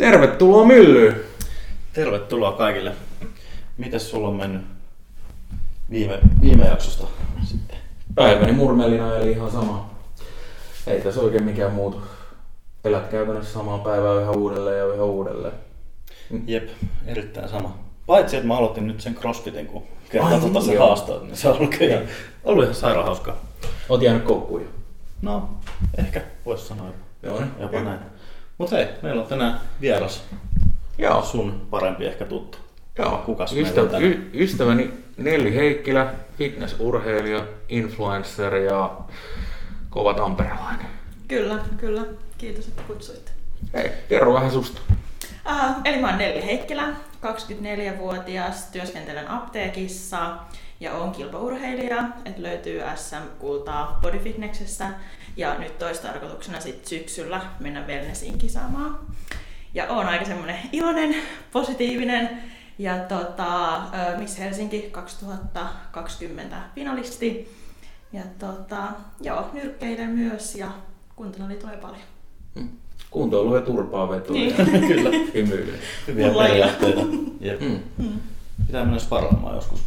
Tervetuloa myllyyn! Tervetuloa kaikille. Mites sulla on mennyt viime jaksosta sitten? Päiväni murmelina eli ihan sama. Ei tässä oikein mikään muutu. Elät käytännössä samaa päivää yhä uudelleen ja yhä uudelleen. Jep, erittäin sama. Paitsi että mä aloitin nyt sen crossfitin, kun kerran se haastaa, niin se on ollut ihan sairaan hauskaa. Oot jäänyt koukkuun jo? No, ehkä voisi sanoa jopa näin. Mut hei, meillä on tänään vieras. Joo. Sun parempi ehkä tuttu. Joo. Kukas meillä on tänään? Ystäväni Nelli Heikkilä, fitnessurheilija, influencer ja kova tamperelainen. Kyllä. Kiitos, että kutsuitte. Hei, kerro vähän susta. Eli mä oon Nelli Heikkilä, 24-vuotias, työskentelen apteekissa ja oon kilpaurheilija, että löytyy SM-kultaa bodyfitnessessä ja nyt tarkoituksena sit syksyllä mennä wellnessiin kisaamaan. Ja oon aika semmonen iloinen, positiivinen ja Miss Helsinki 2020 finalisti. Ja nyrkkeilen myös ja kuntosalitoja paljon. Kuntoilu ja turpaa vetoa. Niin. Kyllä. Hymyilee. Hyviä periaatteita. Jep. Pitää mennä sparraamaan joskus.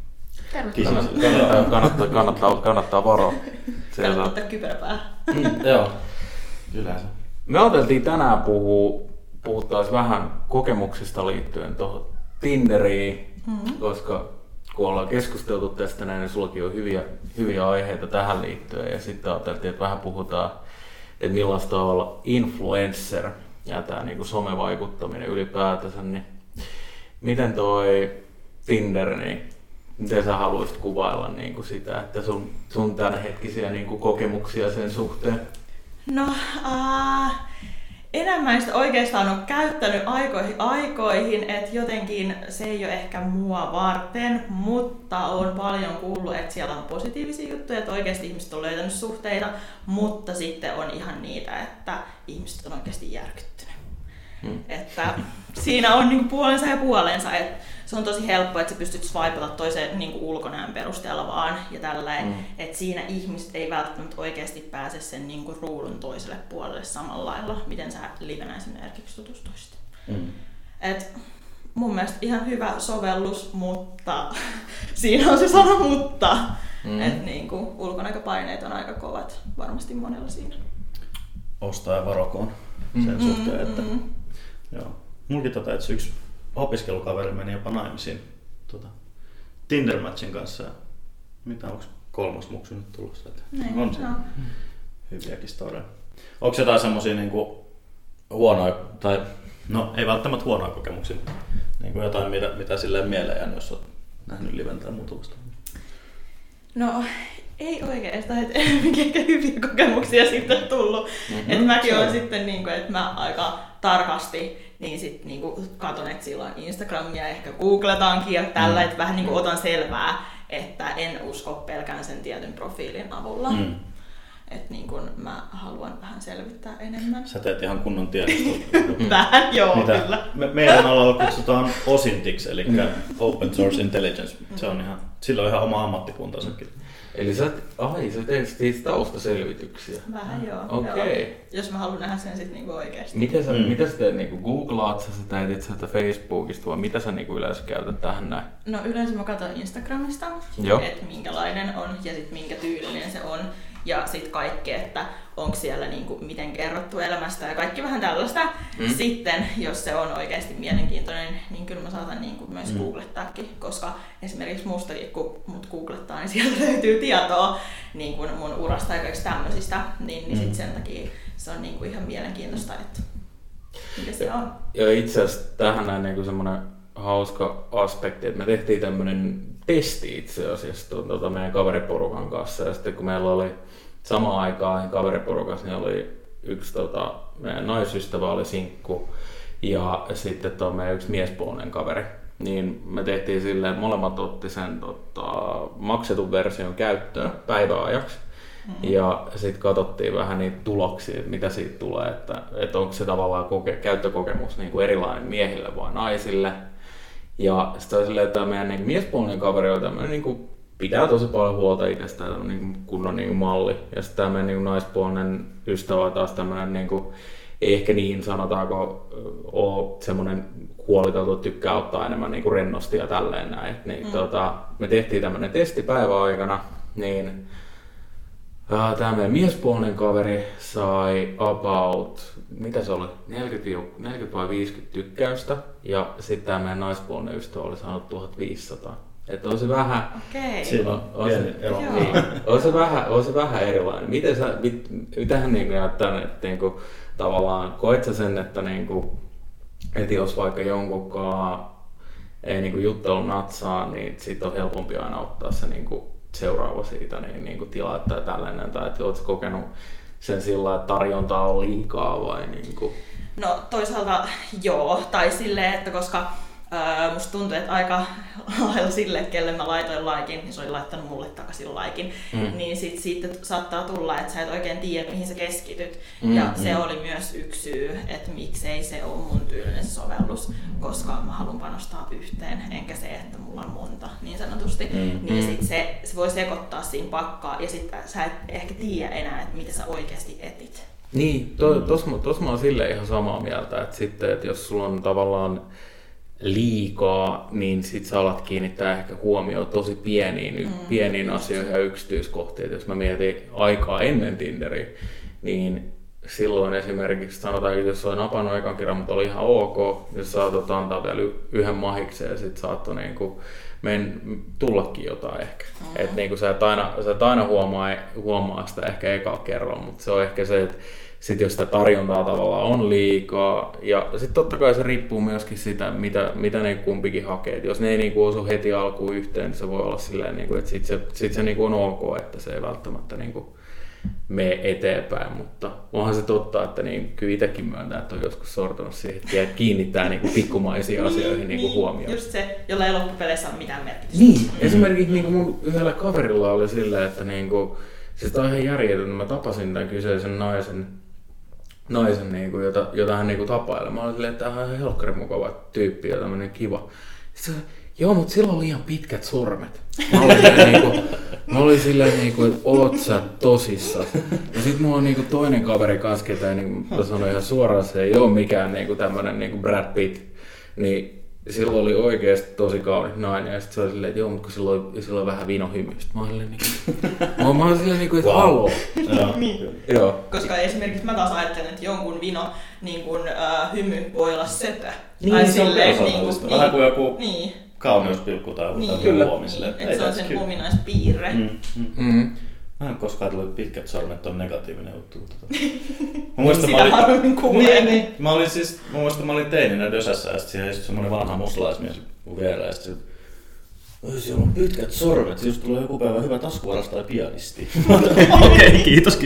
Kannattaa varoa. Kannattaa ottaa kypärä päähän. Joo, kyllä se. Me ajateltiin tänään puhuttaisiin vähän kokemuksista liittyen tuohon Tinderiin, koska kun ollaan keskusteltu tästä näin, niin sullakin on hyviä aiheita tähän liittyen. Ja sitten ajateltiin, että vähän puhutaan, että millaista on olla influencer ja tämä niinku somevaikuttaminen ylipäätänsä. Niin miten toi Tinder, niin miten sä haluaisit kuvailla niinku sitä, että sun tämänhetkisiä niinku kokemuksia sen suhteen? No, enemmän sitä oikeastaan on käyttänyt aikoihin, että jotenkin se ei ole ehkä mua varten, mutta on paljon kuullut, että siellä on positiivisia juttuja, että oikeasti ihmiset on löytänyt suhteita, mutta sitten on ihan niitä, että ihmiset on oikeasti järkyttynyt. Että siinä on niinku puolensa ja puolensa, että se on tosi helppoa, että sä pystyt swipata toisen niinku ulkonäön perusteella vaan ja tällainen, että siinä ihmiset ei välttämättä oikeasti pääse sen niinku ruudun toiselle puolelle samalla lailla, miten sä livenä esimerkiksi tutustuisit. Et mun mielestä ihan hyvä sovellus, mutta siinä on se sana mutta, että niinku ulkonäköpaineet on aika kovat varmasti monella siinä. Ostaa ja varokoon sen suhteen, että joo. Mulkin että yksi opiskelukaveri meni jopa naimisiin Tinder-matchin kanssa. Mitä onko 3. muksu nyt tulossa? On siinä hyviäkin storeja. Onko jotain semmosia niinku huonoja, tai no ei välttämättä huonoja kokemuksia, niinku jotain mitä silleen mieleen jäänyt, jos olet nähnyt liven tai muuta vastaan? No ei oikeastaan, että ehkä hyviä kokemuksia sitten tullut. Että mäkin olen sitten, niinku, että mä aika tarkasti niin sit niinku katon, että sillä on Instagramia, ehkä googletaankin ja tällä, että vähän niinku otan selvää, että en usko pelkään sen tietyn profiilin avulla. Että niinku mä haluan vähän selvittää enemmän. Sä teet ihan kunnon tiedostoa. Vähän, joo, kyllä. Meidän alalla kutsutaan OSINTIX, eli Open Source Intelligence. Se on sillä on ihan oma ammattikuntansakin. Eli sä teet siis taustaselvityksiä? Vähän joo. Okei. Joo. Jos mä haluan nähdä sen sit niinku oikeesti. Mitä sä teet, niinku googlaat sä etit sieltä Facebookista vai mitä sä niinku yleensä käytät tähän näin? No yleensä mä katson Instagramista, että minkälainen on ja sit minkä tyylinen se on. Ja sitten kaikki, että onko siellä niinku miten kerrottu elämästä ja kaikki vähän tällaista. Sitten, jos se on oikeasti mielenkiintoinen, niin kyllä mä saatan niinku myös googlettaakin, koska esimerkiksi mustakin, kun mut googlettaa, niin sieltä löytyy tietoa niin kuin mun urasta ja kaikista tämmöisistä, niin sit sen takia se on niinku ihan mielenkiintoista, että mitä se on. Ja itse asiassa tähän näin niinku semmoinen hauska aspekti, että me tehtiin tämmöinen testi itse asiassa meidän kaveriporukan kanssa ja sitten kun meillä oli samaan aikaan kaveriporukassa, niin oli yksi meidän naisystävä oli sinkku ja sitten meidän yksi miespuolinen kaveri. Niin me tehtiin silleen, että molemmat otti sen maksetun version käyttöön päiväajaksi. Ja sitten katsottiin vähän niitä tuloksia, että mitä siitä tulee, että onko se tavallaan käyttökokemus niin kuin erilainen miehille vai naisille. Ja sitten oli silleen, että meidän niin miespuolinen kaveri on tämmöinen niin pitää tosi paljon huolta itsestään, niin kunnon niin malli. Ja sitten tämä meidän niin naispuolinen ystävä on taas tämmöinen niin ei ehkä niin, sanotaanko, ole semmoinen huoliteltu, että tykkää ottaa enemmän niin kuin rennosti ja tälleen näin. Niin, me tehtiin tämmöinen testi päiväaikana, niin tämä meidän miespuolinen kaveri sai about, mitä se oli, 40 vai 50 tykkäystä, ja sitten tämä meidän naispuolinen ystävä oli saanut 1500. Että on se vähän, on se vähän erilainen. Mitähän niin näyttää, että niin tavallaan koet sä sen, että, niin että jos vaikka jonkunkaan ei niin juttelu natsaa, niin sit on helpompi aina ottaa se niin seuraava siitä niin tilaa tai tällainen, tai että oletko kokenut sen sillä, että tarjontaa on liikaa vai niin kuin? No toisaalta joo, tai silleen, että koska musta tuntuu, että aika lailla sille, kelle mä laitoin laikin, niin se oli laittanut mulle takaisin laikin, niin sit siitä saattaa tulla, että sä et oikein tiedä, mihin sä keskityt. Ja se oli myös yksi syy, että miksei se ole mun tyylinen sovellus, koska mä haluan panostaa yhteen, enkä se, että mulla on monta niin sanotusti. Niin sit se voi sekoittaa siinä pakkaa, ja sit sä et ehkä tiedä enää, että mitä sä oikeasti etit. Niin, tossa mä oon silleen ihan samaa mieltä, että sitten, että jos sulla on tavallaan liikaa, niin sit sä alat kiinnittää ehkä huomioon tosi pieniin asioihin ja yksityiskohtiin. Jos mä mietin aikaa ennen Tinderiä, niin silloin esimerkiksi sanotaan, että jos oli napannut ekan kerran, mutta oli ihan ok, jos saatat antaa vielä yhden mahikseen ja sit saattoi niinku tullakin jotain ehkä. Et niinku sä et aina huomaa sitä ehkä eka kerran, mutta se on ehkä se, että sitten jos sitä tarjontaa tavallaan on liikaa, ja sitten totta kai se riippuu myöskin sitä, mitä ne kumpikin hakee. Et jos ne ei niinku osu heti alkuun yhteen, niin se voi olla silleen, niinku, että sit se niinku on ok, että se ei välttämättä niinku mene eteenpäin. Mutta onhan se totta, että niin, kyllä itsekin myöntää, että on joskus sortunut siihen, että kiinnittää niinku pikkumaisiin asioihin niinku huomioon. Just se, jolla ei loppupeleissä ole mitään merkitystä. Niin, esimerkiksi niinku mun yhdellä kaverilla oli silleen, että niinku, siis tää on ihan järjetön, mä tapasin tämän kyseisen naisen niinku, jota hän niinku tapailee. Mä olin silleen, että tämä on ihan helkkari mukava tyyppi ja tämmönen kiva. Sitten joo, mutta sillä oli ihan pitkät sormet. Mä olin silleen, niinku, että oot sä tosissaan. Ja sit mulla on niinku toinen kaveri kanssa, ketä niinku, sanoin ihan suoraan, se ei oo mikään niinku tämmönen niinku Brad Pitt. Niin silloin oli oikeesti tosi kaunis nainen ja sit se oli silleen, että joo, mutta silloin vähän vinohymystä. Mä olin silleen, että haloo. Joo. Koska esimerkiksi mä taas ajattelen, että jonkun vino niin kun, hymy voi olla söpö. Niin, tai se on persoonallista. Vähän kuin joku kauneuspilkku tai joku huomiselle. Että se on sen ominaispiirre. Mä en koskaan tullut pitkät sormet on negatiivinen juttu. Sitä harvemmin kuulee. Niin. Mä olin teininä Dösässä ja siihen istui semmonen vanha mustalaismies mun vierellä ja sitten siellä on pitkät sormet, siis tulee joku päivä hyvä taskuvaras tai pianisti. Okei, kiitos.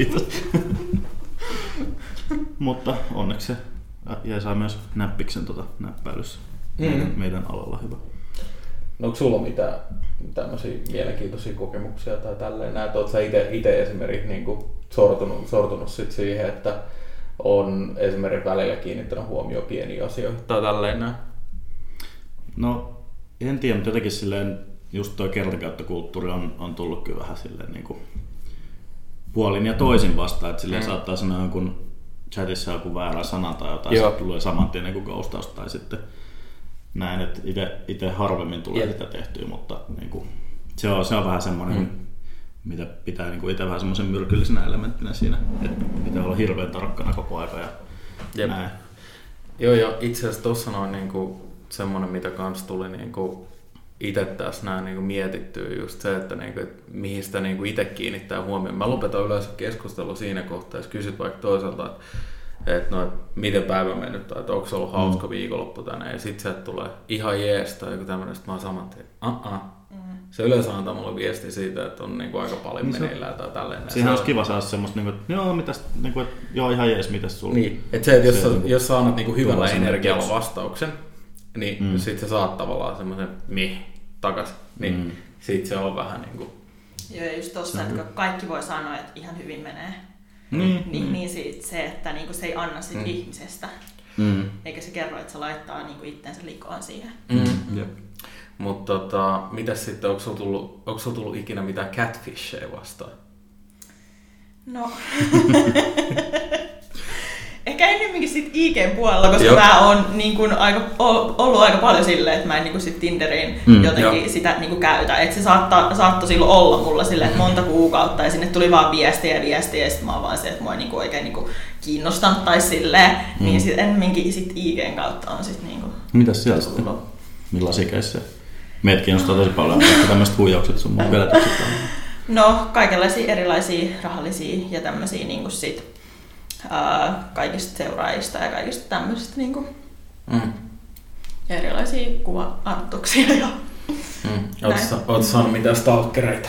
Mutta onneksi se jäi saa myös näppiksen näppäilyssä. Meidän alalla hyvä. No onko sulla mitään tämmöisiä mielenkiintoisia kokemuksia tai tälleen? Oletko sä itse esimerkiksi niinku sortunut sit siihen, että on esimerkiksi välillä kiinnittänyt huomioon pieniä asioita tai tälleen näin? No en tiedä, mutta jotenkin silleen just toi kertakäyttökulttuuri on tullut kyllä vähän silleen niinku puolin ja toisin vastaan, että silleen saattaa sanoa jonkun chatissa joku väärä sana tai jotain, sitten tulee saman tien niinku ghostaus tai sitten näin, että itse harvemmin tulee sitä tehtyä, mutta niinku, se on vähän semmoinen, mitä pitää niinku itse vähän semmoisen myrkyllisenä elementtinä siinä, että pitää olla hirveän tarkkana koko aika ja näin. Joo, ja itse asiassa tuossa noin niinku semmoinen, mitä kans tuli niinku itse tässä näin niinku mietittyä, just se, että niinku, et mihin sitä niinku itse kiinnittää huomioon. Mä lopetan yleensä keskustelua siinä kohtaa, jos kysyt vaikka toiselta, että no, miten päivä mennyt tai että onko se ollut hauska viikonloppu tänne ja sit sieltä tulee ihan jees tai joku tämmönen, sit mä oon saman tien, Se yleensä antaa mulle viesti siitä, että on niinku aika paljon meneillään tai tälleen. Siihen olisi kiva saada semmoista, että joo, joo ihan jees, mitäs sulla? Niin, että se, että jos sä annat niinku hyvällä energialla vastauksen, niin sit sä saat tavallaan semmoisen takas, niin sit se on vähän niinku. Joo, ja just tossa, että kaikki voi sanoa, että ihan hyvin menee. Niin se, että niinku se ei anna siitä ihmisestä, eikä se kerro, että se laittaa niinku itsensä likoon siihen. Mutta mitäs sitten, onko sulla tullut ikinä mitään catfisheja vastaan? No, ehkä ennemminkin sit IGn puolella, koska mä oon niin kun ollut aika paljon silleen, että mä en niin kun sit Tinderiin jotenkin sitä niin kun käytä. Että se saattoi silloin olla mulla silleen, että monta kuukautta ja sinne tuli vaan viestiä ja sit mä oon vaan se, että mua ei niin kun oikein niin kun kiinnostanut tai silleen. Niin sit ennemminkin sit IGn kautta on sit niin kun... Mitäs siellä sitten? Millaisia keissejä? Meitä kiinnostaa tosi paljon, että tämmöiset huijaukset sun mun vedetykset on. No, kaikenlaisia erilaisia rahallisia ja tämmöisiä niin kuin sit, kaikista seuraajista ja kaikista tämmöisistä niin kuin, ja erilaisia kuva-artuksia. Ja Ootko saanut mitään stalkereita?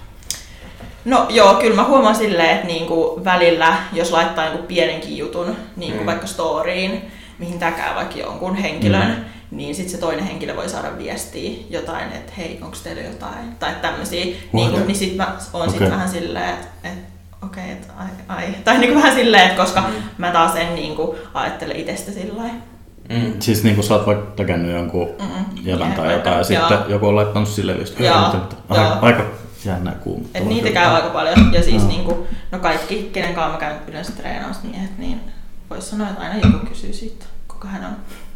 No joo, kyllä mä huomaan silleen, että niinku välillä, jos laittaa jonkun pienenkin jutun, niinku vaikka storyin, mihin täkää vaikka jonkun henkilön, niin sitten se toinen henkilö voi saada viestiä jotain, että hei, onko teillä jotain, tai tämmöisiä, niin sit mä oon sit vähän silleen, että okei, että ai. Tai niinku vähän silleen, että koska mä taas en niinku ajattele itsestä sillain. Siis niinku sä oot vaikka takannut jonkun jävän tai jotain, ja sitten joku on laittanut sille viestiä. Aika jännää kuuma. Et niitä käy aika paljon, ja siis niinku, no kaikki, kenen kanssa mä käyn yleensä treenaus, niin vois sanoa, että aina joku kysyy siitä, kuka hän on.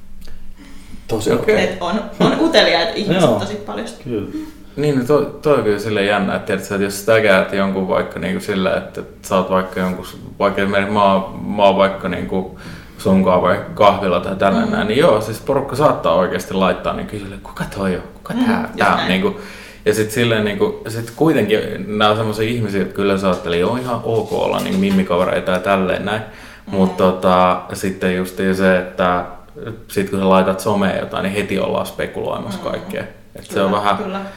Tosi okei. On uteliaita ihmiset tosi paljon. Kyllä. Niin, no toi on kyllä silleen jännä, että jos sä täkäät jonkun vaikka niinku sillä, että sä oot vaikka jonkun, vaikka mä oon vaikka niinku sunkaan vaikka kahvilla tai tällainen, niin joo, siis porukka saattaa oikeasti laittaa niin kysyä, kuka toi on, kuka tää on, niinku. Ja sit silleen niinku, sit kuitenkin nää on semmosia ihmisiä, jotka kyllä sä ajattelee, joo ihan ok olla niinku mimmikavereita ja tälleen näin, mutta sitten just se, että sit kun sä laitat someen jotain, niin heti ollaan spekuloimassa kaikkea. Että se on vähän,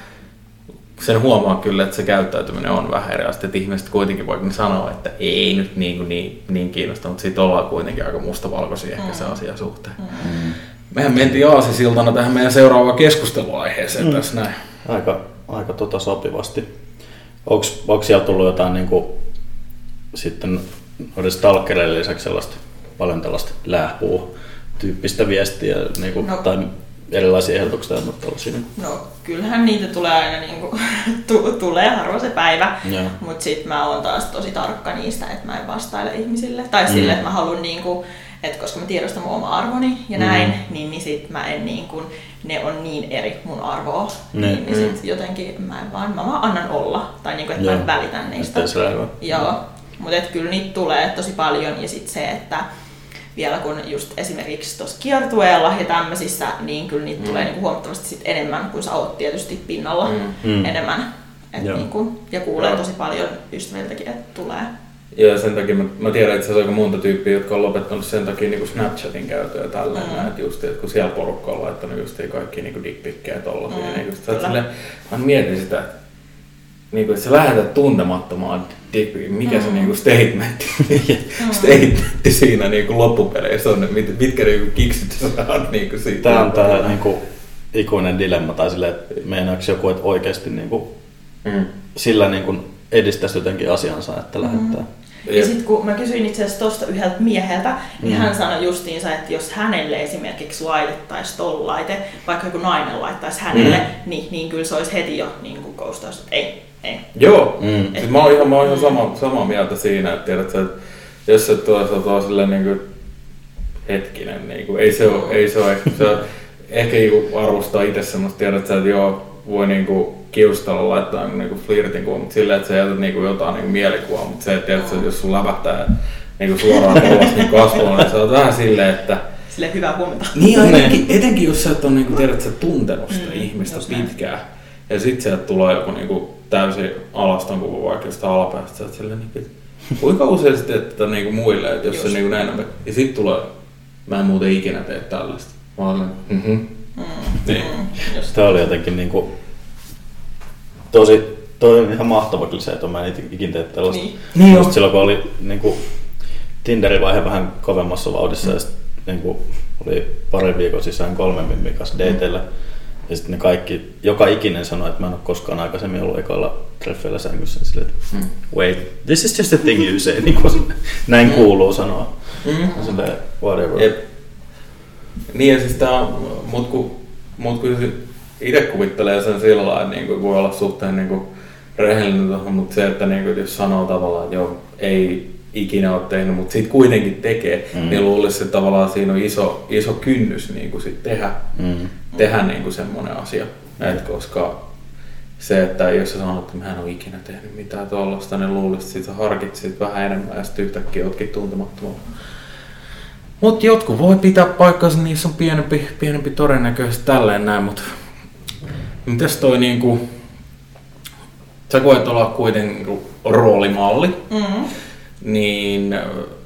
sen huomaa kyllä, että se käyttäytyminen on vähän erilaista, että ihmiset kuitenkin voi sanoa, että ei nyt niin kiinnosta, mutta siitä ollaan kuitenkin aika mustavalkoisia ehkä se asian suhteen. Mehän mentiin aasisiltana tähän meidän seuraavaan keskusteluaiheeseen tässä näin. Aika sopivasti. Onko siellä tullut jotain niinku, sitten stalkereille lisäksi sellaista, paljon tällaista läähpuu-tyyppistä viestiä niinku, tai erilaisia ehdotuksia? No kyllähän niitä tulee aina, niinku, tulee harvoin se päivä, mutta sitten mä oon taas tosi tarkka niistä, että mä en vastaile ihmisille. Tai sille, että mä haluan, niinku, että koska mä tiedostan mun oma arvoni ja näin, niin sit mä en niinku, ne on niin eri mun arvoa, niin sit jotenkin mä vaan annan olla, tai niinku, että mä en välitä niistä. Joo, mutta kyllä niitä tulee tosi paljon ja sit se, että vielä kun just esimerkiksi tuossa kiertueella ja tämmöisissä, niin kyllä niitä tulee niinku huomattavasti sit enemmän, kun sä oot tietysti pinnalla enemmän. Niinku, ja kuulee tosi paljon ystäviltäkin, että tulee. Ja sen takia mä tiedän itse asiassa aika monta tyyppiä, jotka on lopettanut sen takia niin Snapchatin käyttöä ja tälleen, että just, että kun siellä porukka on laittanut just kaikki niin dickpikkejä tollasia, niin just, mä mietin sitä, että sä lähetät tuntemattomaan dickpickin, mikä se niinku statementti siinä niinku loppupeleissä on, mitkä niinku kiksit sä saat niinku siitä. Tää on tää niinku ikuinen dilemma, tai silleen, että meinaako joku, että oikeesti niinku sillä niinku edistäisi jotenkin asiansa, että lähettää. Ja sitten kun mä kysyin itse asiassa tosta yhdeltä mieheltä, niin hän sanoi justiinsa, että jos hänelle esimerkiksi laitettaisiin tolla laite, vaikka joku nainen laittaisi hänelle, niin kyllä se olisi heti jo niin kuin ghostaus, että ei. Joo, siis mä oon ihan samaa mieltä siinä, että tiedät sä, että jos se tuo silleen niinku hetkinen, niinku, ei se ole ehkä niinku arvostaa itse semmoista, tiedät sä, että joo, voi niinku kiustalla laittaa niinku flirtin kuva, mutta silleen, että sä jätät niinku jotain niinku mielikuvaa, mutta se, että jos sun lävähtää niinku suoraan tuollaista niinku kasvoon, niin sä oot vähän silleen, että silleen hyvää huomenta. Niin, etenkin jos sä et ole niinku, tiedät sä tuntenut sitä ihmistä pitkään, ja sit sieltä tulee joku niinku täysin alaston kuva vaikka jostain alapäästä, sä oot silleen niinku, kuinka usein sä teet tätä niinku muille, että jos se niinku näin on, ja sit tulee, mä en muuten ikinä tee tällaista. Mä olen niin. Tämä oli jotenkin niinku toi on ihan mahtava klisee, että mä en ikinä tee tällaista. Niin. Just silloin kun oli niinku Tinderin vaihe vähän kovemmassa vauhdissa ja niinku oli parin viikon sisään 3 mimmin kanssa dateilla. Ja sitten ne kaikki, joka ikinen sanoi, että mä en ole koskaan aikaisemmin ollut ekalla treffeillä sängyssä. Silleen, että wait, this is just a thing you say. Niin näin kuuluu sanoa. Silleen, whatever. Yep. Niin ja siis tää on, mut kun itse kuvittelee sen sillä lailla, että niinku voi olla suhteen niinku rehellinen tuohon, mutta se, että niinku, jos sanoo tavallaan, että joo, ei ikinä ole tehnyt, mutta sitten kuitenkin tekee, niin luulisin, että tavallaan siinä on iso kynnys niin kuin sit tehdä niin kuin semmoinen asia. Koska se, että jos sä sanot, että mä en ole ikinä tehnyt mitään tuollaista, niin luulisin, että sä harkitsit vähän enemmän ja sitten yhtäkkiä ootkin tuntemattomalla. Mutta jotkut voi pitää paikkansa, niissä on pienempi todennäköisesti tälleen näin, mutta mitäs toi niinku, sä koet olla kuitenkin roolimalli, niin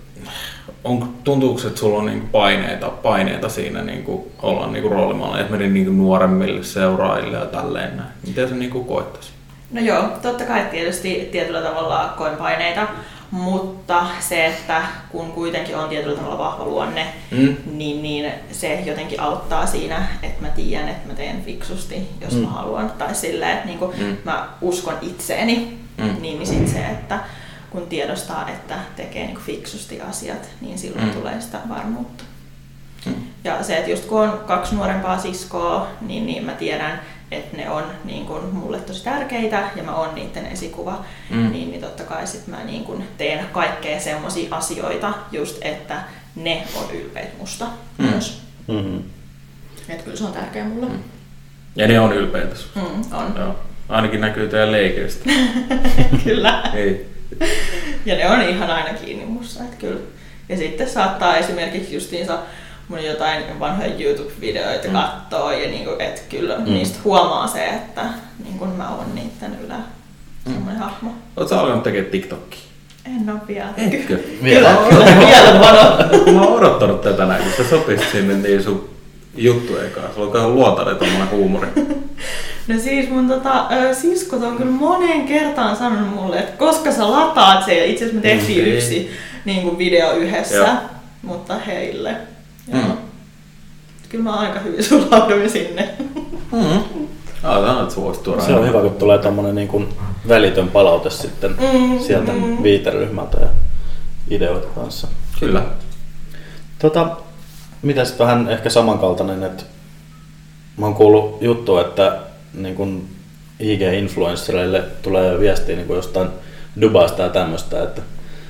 tuntuuko, että sulla on niinku paineita siinä niinku olla niinku roolimalli, että meni niinku nuoremmille seuraajille ja tälleen näin. Miten sä niinku koettaisi? No joo, totta kai tietysti tietyllä tavalla koen paineita, mutta se, että kun kuitenkin on tietyllä tavalla vahva luonne, niin se jotenkin auttaa siinä, että mä tiedän, että mä teen fiksusti, jos mä haluan. Tai silleen, että niinku mä uskon itseeni, niin sit se, että kun tiedostaa, että tekee niinku fiksusti asiat, niin silloin tulee sitä varmuutta. Ja se, että just kun on 2 nuorempaa siskoa, niin mä tiedän, että ne on niin kun mulle tosi tärkeitä ja mä oon niiden esikuva, niin totta kai sit mä niin kun teen kaikkea semmosia asioita just, että ne on ylpeitä musta myös. Että kyllä se on tärkeä mulle. Ja ne on ylpeitä. On. Joo. Ainakin näkyy teidän leikeistä. Kyllä. Ei. Ja ne on ihan aina kiinni musta, että kyllä. Ja sitten saattaa esimerkiksi justiinsa mun jotain vanhoja YouTube-videoita kattoo ja niinku, et kyllä niistä huomaa se, että niinku mä oon niitten semmoinen hahmo. Ootko sä alkanut tekemään TikTokia? En oo vielä. Etkö? Kyllä vielä vano. Mä oon odottanut tätä näin, kun sä sopisit sinne niin sun juttujen kanssa. Sulla on kai luontainen tommonen huumori. No siis mun siskot on kyllä moneen kertaan sanonut mulle, että koska sä lataat se, ja itse asiassa me tehtiin yksi niinku video yhdessä, mutta heille. Joo. Kyllä mä aika hyvin sulauduin sinne. Se on hyvä, kun tulee tommonen niin kuin välitön palaute sitten sieltä viiteryhmältä ja ideoita kanssa. Kyllä. Mitä sitten vähän ehkä samankaltainen, että mä oon kuullut juttua, että niin kun IG-influenssereille tulee viestiä niin jostain Dubaista ja tämmöistä, että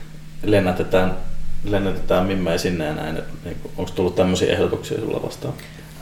lennätetään mimmei sinne ja näin. Onko tullut tämmöisiä ehdotuksia sulla vastaan?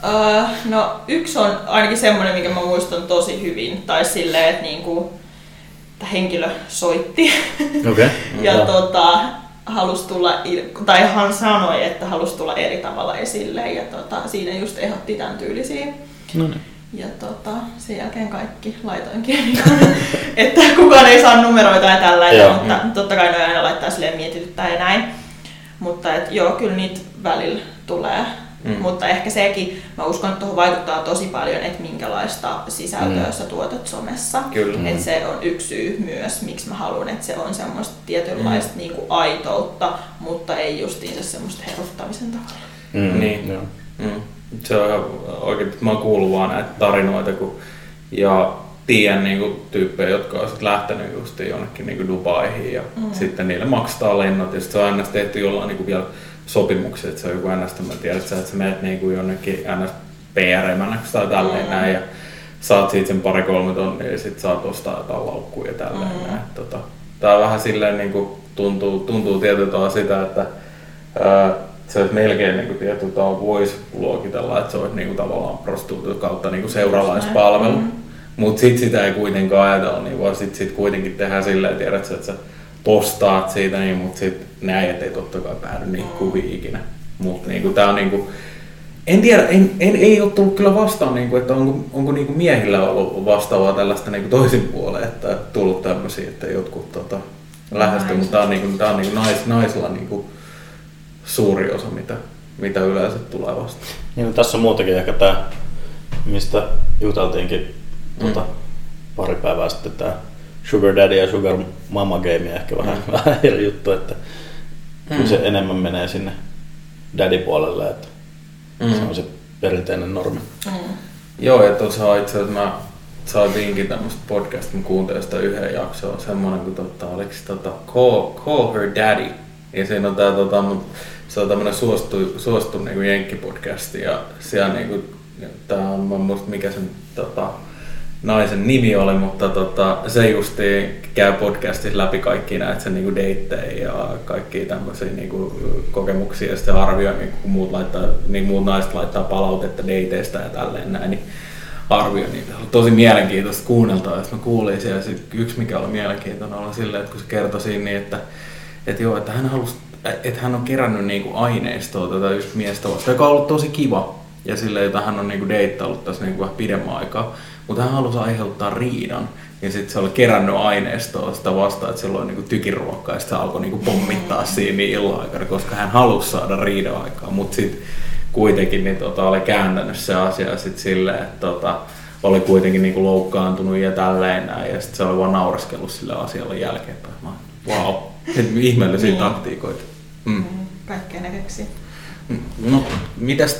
No yksi on ainakin semmoinen, mikä mä muistan tosi hyvin, tai silleen, että niinku, henkilö soitti ja halusi tulla, tai hän sanoi, että halusi tulla eri tavalla esille ja siinä just ehdotti tämän tyylisiä. Ja sen jälkeen kaikki laitoinkin, että kukaan ei saa numeroita ja tällainen, mutta totta kai ne aina laittaa silleen mietityttää ja näin. Mutta joo, kyllä niitä välillä tulee. Mutta ehkä sekin, mä uskon, että tuohon vaikuttaa tosi paljon, että minkälaista sisältöä sä tuotat somessa. Että se on yksi syy myös, miksi mä haluan, että se on semmoista tietynlaista niinku aitoutta, mutta ei justiinsa semmoista heruttamisen tavalla. Niin. Se on ihan oikein, että mä oon kuullut vaan näitä tarinoita ja tiedän niinku tyyppejä, jotka on lähtenyt just jonnekin niinku Dubaihin ja sitten niille maksetaan lennot ja sitten se on aina tehty jollain niinku vielä sopimuksia, että se on joku ennästä, mä tiedän, että sä menet niinku jonnekin ns. PR-emänäksi tai tälleen näin ja saat siitä sen 2-3 tonnia ja sit saat ostaa jotain laukkuja ja tälleen näin. Tää on vähän silleen niinku tuntuu tietyllä tavalla sitä, että se olisi melkein niinku tietyllä tavalla voisi luokitella, että se olisi niinku tavallaan prostituution kautta niinku seuralaispalvelu. Mutta sit sitä ei kuitenkaan ajatella, niin vaan sit kuitenkin tehdään silleen, tiedät että sä postaat siitä, niin, mutta sit ne äijät ei totta kai päädy niihin kuviin ikinä. Mutta niinku, tää on niinku, en tiedä, ei ole tullut kyllä vastaan, niinku, että onko niinku miehillä ollut vastaavaa tällaista niinku toisin puoleen, että tullut tämmöisiä, että jotkut lähestyy, mutta tää on niinku naisilla niinku suuri osa, mitä yleensä tulee vastaan. Niin, tässä on muutakin ehkä tämä, mistä juteltiinkin pari päivää sitten, tämä Sugar Daddy ja Sugar Mama game ehkä vähän eri juttu, että se enemmän menee sinne daddy-puolelle, että se on se perinteinen normi. Joo, ja tuossa itse asiassa mä saatiinkin tämmöistä podcastia, mä kuuntelin sitä yhden jaksoa, semmoinen kuin Call Her Daddy, ja siinä on tää se on tämmönen suosittu niinku jenkkipodcasti ja siellä niinku tää on, mä en muista mikä sen naisen nimi oli, mutta se justiin käy podcastissa läpi kaikki näitä sen niinku deittejä ja kaikkia tämmöisiä niinku kokemuksia ja sitten arvioi, kun muut naiset laittaa palautetta dateista ja tälleen näin, niin arvioi niitä. Oli tosi mielenkiintoista kuunneltaa, jos mä kuulin siellä. Yksi mikä oli mielenkiintoinen oli silleen, että kun se kertoi siinä niin, että hän halusi, että hän on kerännyt niinku aineistoa tätä just miestä vastaan, joka on ollut tosi kiva ja silleen, jota hän on niinku deittaillut tässä niinku vähän pidemmän aikaa. Mutta hän halusi aiheuttaa riidan, ja sitten se oli kerännyt aineistoa sitä vastaan, että silloin niinku tykiruokkaa, ja sitten se alkoi niinku pommittaa siinä illan aikana, koska hän halusi saada riidan aikaa. Mutta sitten kuitenkin niin, oli kääntänyt se asia sit silleen, että oli kuitenkin niinku loukkaantunut ja tälleen näin, ja sitten se oli vaan naureskellut sille asialle jälkeenpäin. Vau, ihmeellisiä taktiikoita. Kaikkea ne keksii. No, mitäs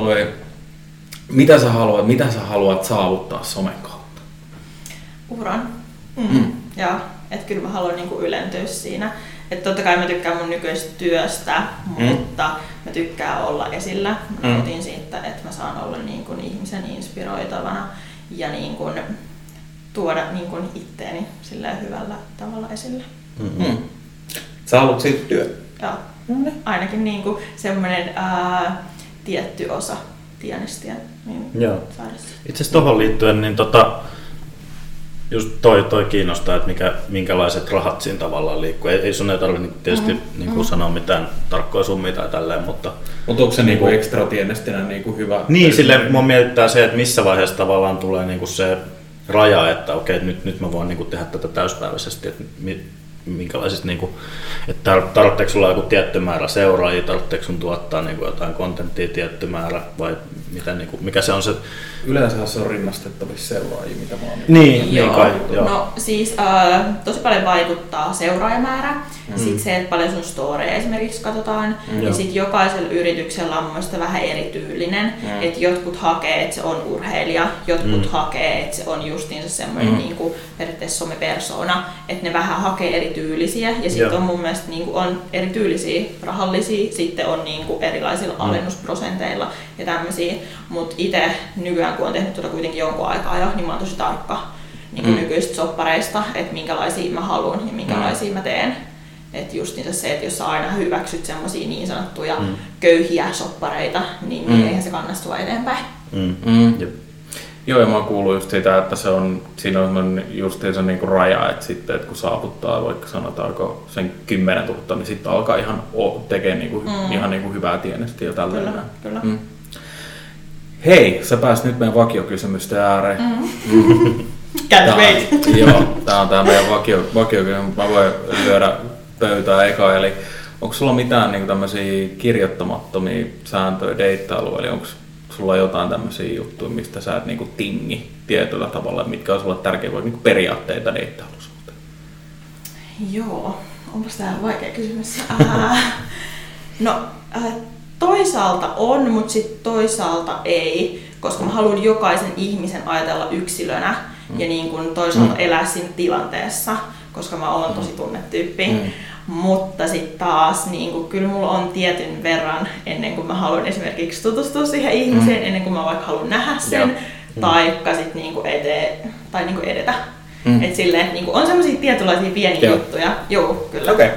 mitä sä haluat saavuttaa somen kautta? Uran. Ja että kyllä mä haluan niinku ylentyä siinä. Että totta kai mä tykkään mun nykyisestä työstä, mutta mä tykkään olla esillä. Mä nautin siitä, että mä saan olla niin kuin ihmisen inspiroitavana ja niin kuin tuoda niin kuin itteeni sillä hyvällä tavalla esille. Sä haluat siitä työtä? Joo. Ainakin niin kuin semmoinen tietty osa tienestiä. Niin itse asiassa tohon liittyen, niin just toi kiinnostaa, että minkälaiset rahat siinä tavallaan liikkuu. Ei sun ei tarvitse tietysti sanoa mitään tarkkoja summia tai tälleen, mutta onko se niinku ekstra tienestinä niinku hyvä? Niin, silleen mua mietittää se, että missä vaiheessa tavallaan tulee niinku se raja, että okei, nyt mä voin niinku tehdä tätä täyspäiväisesti, että minkälaisista niinku, että tarvitseeko sulla joku tietty määrä seuraajia, tarvitseeko sun tuottaa niinku jotain kontenttia tietty määrä vai mitä niinku, mikä se on se? Yleensä se on rinnastettavissa seuraajia, mitä mä oon. Niin kai. No siis tosi paljon vaikuttaa seuraajamäärä, sitten se, että paljon sun storeja esimerkiksi katsotaan, ja sitten jokaisella yrityksellä on mun mielestä vähän erityylinen, että jotkut hakee, että se on urheilija, jotkut hakee, että se on justiinsa semmoinen niinku periaatteessa somepersona, että ne vähän hakee erityylisiä, ja sitten on mun mielestä niinku on erityylisiä rahallisia, sitten on niinku erilaisilla alennusprosenteilla ja tämmöisiä, mutta itse nykyään kun on tehnyt tuota kuitenkin jonkun aikaa jo, niin mä oon tosi tarkka niin nykyisistä soppareista, että minkälaisia mä haluan ja minkälaisia mä teen. Että justiinsa se, että jos sä aina hyväksyt semmosia niin sanottuja köyhiä soppareita, niin eihän se kannasta sua eteenpäin. Joo, ja mä oon kuullut just sitä, että siinä on justiinsa niinku raja, että sitten että kun saavuttaa vaikka sanotaanko sen 10 000, niin sitten alkaa ihan tekemään niinku, ihan niinku hyvää tienestiä ja tälleen. Kyllä. Hei, sä pääsit nyt meidän vakiokysymysten ääreen. Can't wait. Joo, tää on tää meidän vakiokysymys. Mä voin lyödä pöytää eka, eli onko sulla mitään niinku tämmösiä kirjoittamattomia sääntöjä deittailuun, eli onko sulla jotain tämmösiä juttuja, mistä sä et niinku tingi tietyllä tavalla, mitkä on sulle tärkeitä niinku periaatteita deittailun suhteen? Joo, onpas tää vaikea kysymys. Toisaalta on, mutta sitten toisaalta ei, koska mä haluan jokaisen ihmisen ajatella yksilönä ja niin kun toisaalta elää siinä tilanteessa, koska mä oon tosi tunnetyyppi. Mutta sitten taas niin kun, kyllä mulla on tietyn verran ennen kuin mä haluan esimerkiksi tutustua siihen ihmiseen, ennen kuin mä vaikka haluan nähdä sen, taikka sit niinku niinku edetä. Et silleen, niinku on semmosia tietynlaisia pieniä juttuja. Joo, kyllä. Okay.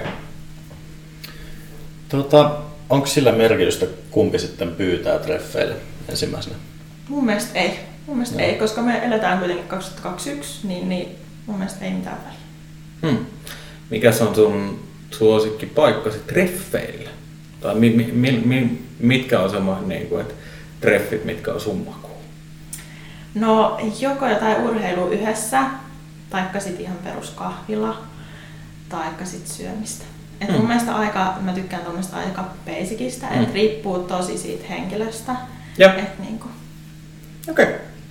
Onko sillä merkitystä, kumpi sitten pyytää treffeille ensimmäisenä? Mun mielestä ei. Ei, koska me eletään kuitenkin 2021, niin mun mielestä ei mitään väliä. Mikäs on sun suosikkipaikkasi treffeille? Tai mitkä on semmoinen, niin että treffit, mitkä on sun makuun? No joko jotain urheilua yhdessä, taikka sit ihan peruskahvila, taikka sit syömistä. Et mun mielestä mä tykkään tuommoista aika basicista, että riippuu tosi siitä henkilöstä. Niinku. Okei.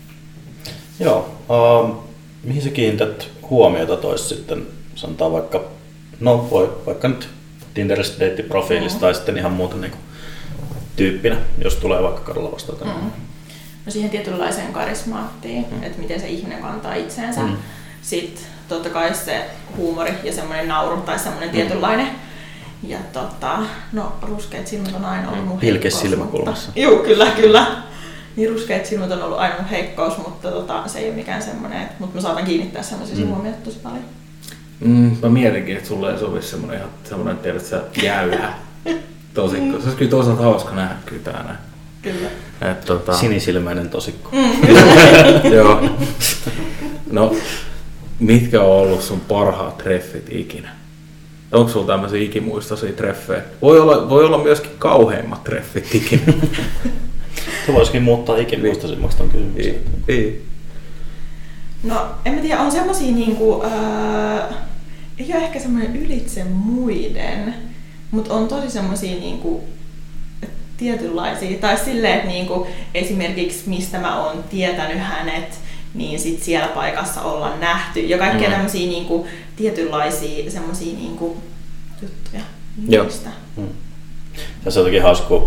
Joo. Mihin sä kiinnität huomiota tois sitten, sanotaan vaikka nyt Tinderistä deittiprofiilista tai sitten ihan muuta niinku tyyppinä, jos tulee vaikka kadulla vastaan. No siihen tietynlaiseen karismaattiin, että miten se ihminen kantaa itseensä. Sitten totta kai se huumori ja semmoinen nauru tai semmoinen tietynlainen. Ja ruskeat silmät on aina ollut mun Pilke silmäkulmassa. Joo, kyllä. Niin ruskeat silmät on ollut aina mun heikkous, mutta se ei ole mikään semmoinen, mutta mä saatan kiinnittää semmoisia huomioita tosi paljon. Mä mietinkin, että sulle ei sovi semmoinen tiedät sä, jäyhä tosikko. Se olisi kyllä toisaalta hauska nähdä kyllä tää. Kyllä. Sinisilmäinen tosikko. Joo. No, mitkä on ollut sun parhaat treffit ikinä? Onko sulla tämmöisiä ikimuistoisia treffejä? Voi olla myöskin kauheimmat treffit ikinä. Se voisikin muuttaa ikimuistoisimmaksi ton kysymyksen. Ei. No, en mä tiedä, on semmosia niinku, ei ole ehkä semmoinen ylitse muiden, mutta on tosi semmosia niinku tietynlaisia, tai silleen, että niinku, esimerkiksi mistä mä oon tietänyt hänet, niin sit siellä paikassa ollaan nähty, ja kaikkea tämmösiä niinku tietynlaisia semmosia niinku juttuja niistä. Ja se on toki hauska,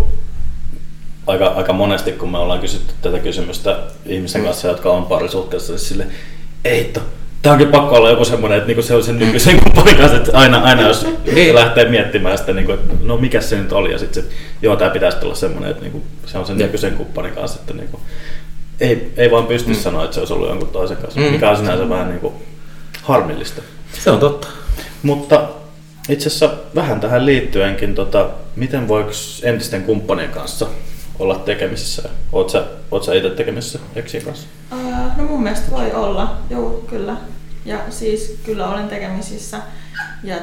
aika monesti kun me ollaan kysytty tätä kysymystä ihmisten kanssa, jotka on parisuhteessa, siis silleen, ei hitto, tää onkin pakko olla joku semmoinen, että niinku se on sen nykyisen kumppanin kanssa, että aina jos lähtee miettimään sitä, niinku, että no mikä se nyt oli, ja sitten joo, tää pitäisi olla semmoinen, että niinku, se on sen nykyisen kumppanin kanssa, että niinku, ei vaan pysty sanoa, että se olisi ollut jonkun toisen kanssa, mikä on sinänsä vähän niinku harmillista. Se on totta. Mutta itse asiassa vähän tähän liittyenkin, miten voiko entisten kumppanien kanssa olla tekemisissä? Oot sä itse tekemisissä eksien kanssa? No mun mielestä voi olla, joo kyllä. Ja siis kyllä olen tekemisissä. Ja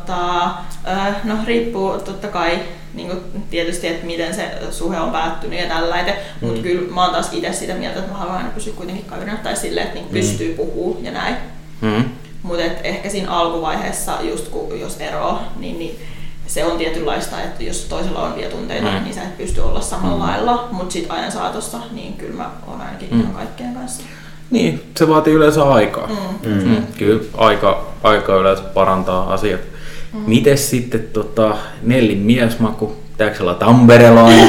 no riippuu totta kai niin tietysti, että miten se suhe on päättynyt ja tällainen. Mutta kyllä mä oon taas itse sitä mieltä, että mä haluan aina pysyä kuitenkin kaverina tai silleen, että niin pystyy puhumaan ja näin. Mutta ehkä siinä alkuvaiheessa, just jos eroaa, niin se on tietynlaista, että jos toisella on vielä tunteita, niin sä et pysty olla samalla lailla. Mutta sitten ajan saatossa, niin kyllä mä oon ainakin ihan kaikkien kanssa. Niin, se vaatii yleensä aikaa. Kyllä aika yleensä parantaa asiat. Mites sitten Nellin miesmaku? Pitääkö olla tamperelainen?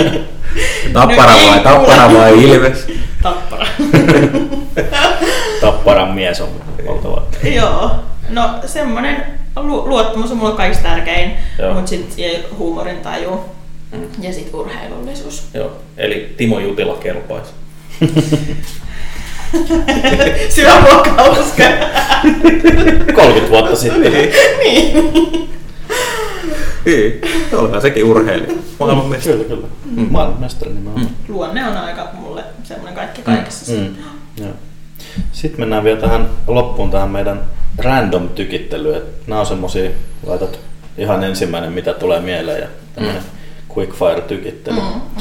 Tappara vai Ilves? Tappara. Tapparan mies on oltava. Joo, no semmonen luottamus on mulle kaikista tärkein, mutta sitten huumorintaju ja sitten urheilullisuus. Joo, eli Timo Jutila kelpaisi. Syväluokkauska. 30 vuotta sitten. Niin. Olihan sekin urheilija. Maailmanmestari. Kyllä. Maailmanmestari nimenomaan. Luonne on aika mulle semmoinen kaikki kaikessa. Sitten mennään vielä tähän loppuun tähän meidän random tykittelyyn. Nämä on semmosia, laitat ihan ensimmäinen mitä tulee mieleen ja tämmöinen quick fire tykittely.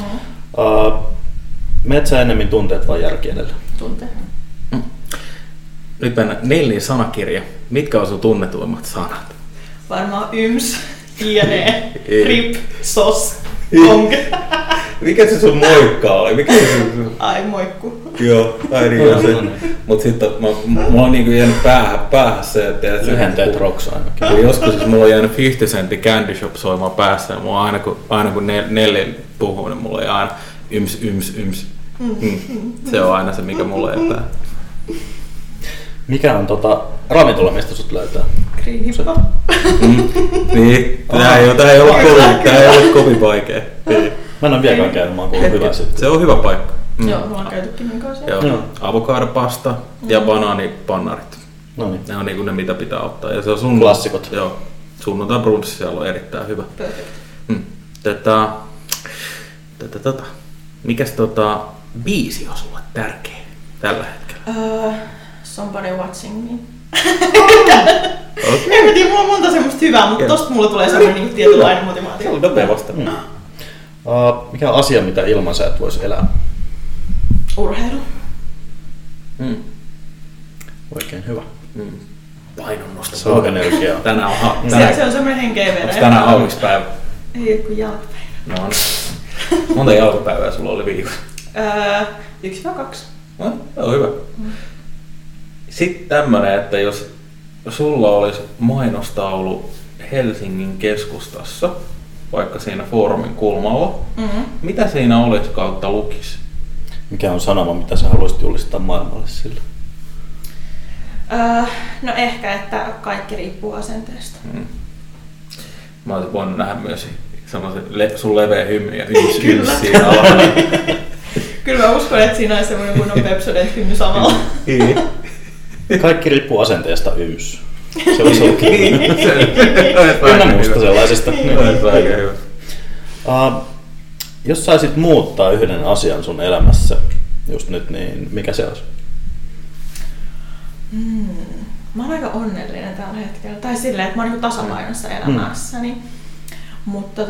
Meet sä enemmän tunteet vai järki edellä? Tunteet. Nyt mennään Nellin sanakirja. Mitkä on sun tunnetuimmat sanat? Varmaan yms, iene, rip, sos, kong. Mikä se sun moikka oli? Ai moikku. Joo, niin se. Mut sitten mulla on niinku jäänyt päähän se, että lyhenteet rocks ainakin. Joskus siis mulla on jäänyt 50 Centin Candy Shop soimaan päässä ja mulla aina kun Nelli puhuu, niin mulla ei aina yms. Se on aina se, mikä mulla ei päähän. Mikä on ravintula, mistä sut löytää? Greenhippa. Niin, tää ei ollut kovin vaikea. Mä en ole vieläkään käynyt, mä oon kuullut hyvä sitten. Se on hyvä paikka. Joo, mulla on käytykin niin kanssa. Joo, avokadopasta ja banaanipannarit. Noniin. Ne on niinku ne, mitä pitää ottaa. Ja se on klassikot. Joo, sunnuntai brunssi siellä on erittäin hyvä. Mikäs biisi on sulle tärkeä tällä hetkellä? Somebody Watching Me. En mä tiedä, mulla on monta semmoista hyvää, mutta tosta mulla tulee semmoinen niin tietynlainen motivaatio. Se on nopea vasta. Mikä on asia, mitä ilman sä et vois elää? Urheilu. Oikein hyvä. Painonnosto. Se on energiaa. Tänään Se on semmoinen henkeä verran. Onko tänään hauispäivä? Ei ole kuin jalkapäivä. No niin. Monta jalkapäivää sulla oli viikossa? 1-2. No, se on hyvä. Sitten tämmönen, että jos sulla olisi mainostaulu Helsingin keskustassa, vaikka siinä foorumin kulmalla, mitä siinä olisi kautta lukisi? Mikä on sanoma, mitä sä haluaisit julistaa maailmalle sillä? No ehkä, että kaikki riippuu asenteesta. Mä olisin voinut nähdä myös sellaisen sun leveä hymy ja yms siinä alhaalla. Kyllä mä uskon, että siinä on semmoinen kunnon Pepsodent-hymny samalla. Kaikki riippuu asenteesta yms. Se on sulki. Ynnä muusta sellaisesta. Jos saisit muuttaa yhden asian sun elämässä just nyt, niin mikä se olisi? Mä oon aika onnellinen tällä hetkellä. Tai silleen, että mä oon niin tasapainossa elämässäni. Mutta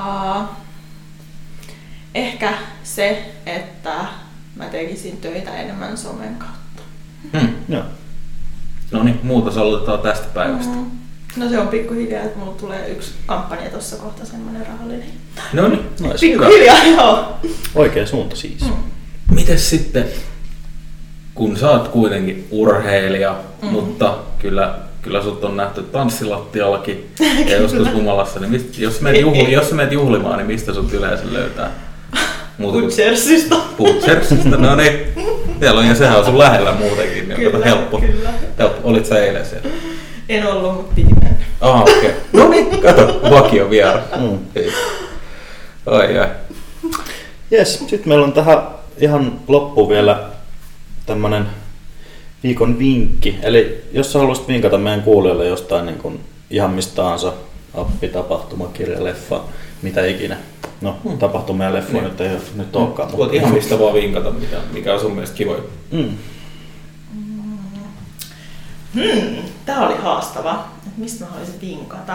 ehkä se, että mä tekisin töitä enemmän somen kautta. Joo. No niin, muutos aloitetaan tästä päivästä. No se on pikkuhiljaa, että mulla tulee yksi kampanja tossa kohta, semmonen rahallinen. No niin, pikkuhiljaa, joo. Oikea suunta siis. Mites sitten, kun sä oot kuitenkin urheilija, mutta kyllä sut on nähty tanssilattiallakin ja joskus humalassa, niin jos menet juhlimaan, niin mistä sut yleensä löytää? Butchersista. Butchersista, no niin. Siellä on, ja sehän on sun lähellä muutenkin, niin kyllä, helppo. Olit sä eilen siellä? En ollut, mutta piti mennä. Okei. No niin, kato, vakio viera. Ai. Jes, sitten meillä on tähän ihan loppuun vielä tämmönen viikon vinkki. Eli jos sä haluaisit vinkata meidän kuulijoille jostain niin kuin ihan mistä tahansa, appi, tapahtuma, kirja, leffa, mitä ikinä. No, tapahtuma ja leffa nyt ei nyt olekaan. Voit ihan mistä vaan vinkata, mikä on sun mielestä kivoja. Tää oli haastava. Mistä mä haluaisin vinkata?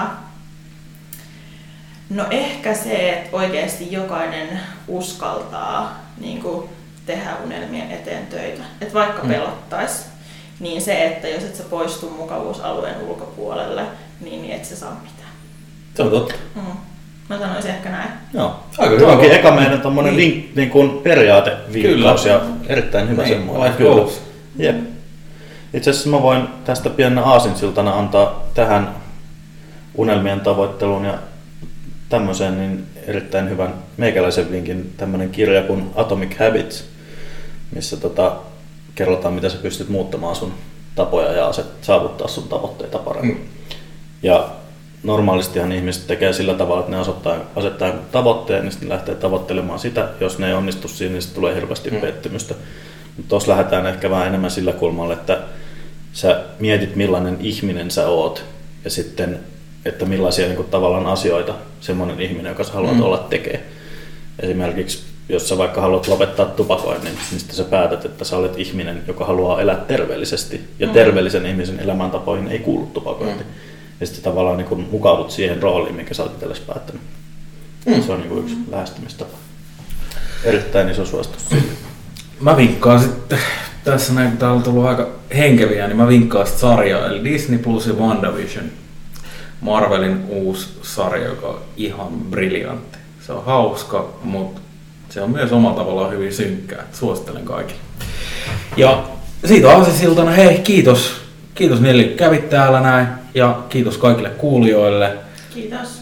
No ehkä se, että oikeasti jokainen uskaltaa niin kuin tehdä unelmien eteen töitä. Että vaikka pelottais, niin se, että jos et sä poistu mukavuusalueen ulkopuolelle, niin et sä saa mitään. Se on totta. Mä sanoisin ehkä näin. Joo. Tuo onkin eka meidän tommonen niin kuin periaatevinkkaus ja erittäin hyvä semmoinen. Kyllä. Jep. Itse asiassa mä voin tästä pienenä aasinsiltana antaa tähän unelmien tavoitteluun ja tämmöiseen niin erittäin hyvän meikäläisen vinkin tämmönen kirja kuin Atomic Habits, missä kerrotaan, mitä sä pystyt muuttamaan sun tapoja ja saavuttaa sun tavoitteita paremmin. Ja normaalistihan ihmiset tekee sillä tavalla, että ne asettaa tavoitteen, niin sitten lähtee tavoittelemaan sitä. Jos ne ei onnistu siinä, niin tulee hirveästi pettymystä. Mutta tuossa lähdetään ehkä vähän enemmän sillä kulmalla, että sä mietit millainen ihminen sä oot ja sitten, että millaisia niin kuin, tavallaan asioita semmoinen ihminen, joka sä haluat olla tekee. Esimerkiksi jos sä vaikka haluat lopettaa tupakoinnin, niin sitten sä päätät, että sä olet ihminen, joka haluaa elää terveellisesti ja terveellisen ihmisen elämäntapoihin ei kuulu tupakointi. Ja sitten tavallaan niin kuin, mukaudut siihen rooliin, minkä sä olet itsellesi päättänyt. Se on niin kuin, yksi lähestymistapa. Erittäin iso suositus siitä. Mä vinkkaan sitten, tässä näin kun täällä on tullut aika henkeviä, niin mä vinkkaan sitten sarjaa, eli Disney Plus ja WandaVision. Marvelin uusi sarja, joka on ihan briljantti. Se on hauska, mutta se on myös omalla tavallaan hyvin synkkää. Suosittelen kaikille. Ja siitä aasinsiltana, hei, kiitos Nelli, kun kävit täällä näin. Ja kiitos kaikille kuulijoille. Kiitos.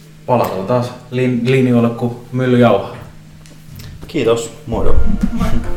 Palataan taas linjoille, kun mylly jauhaa. Kiitos, moido. Moikka.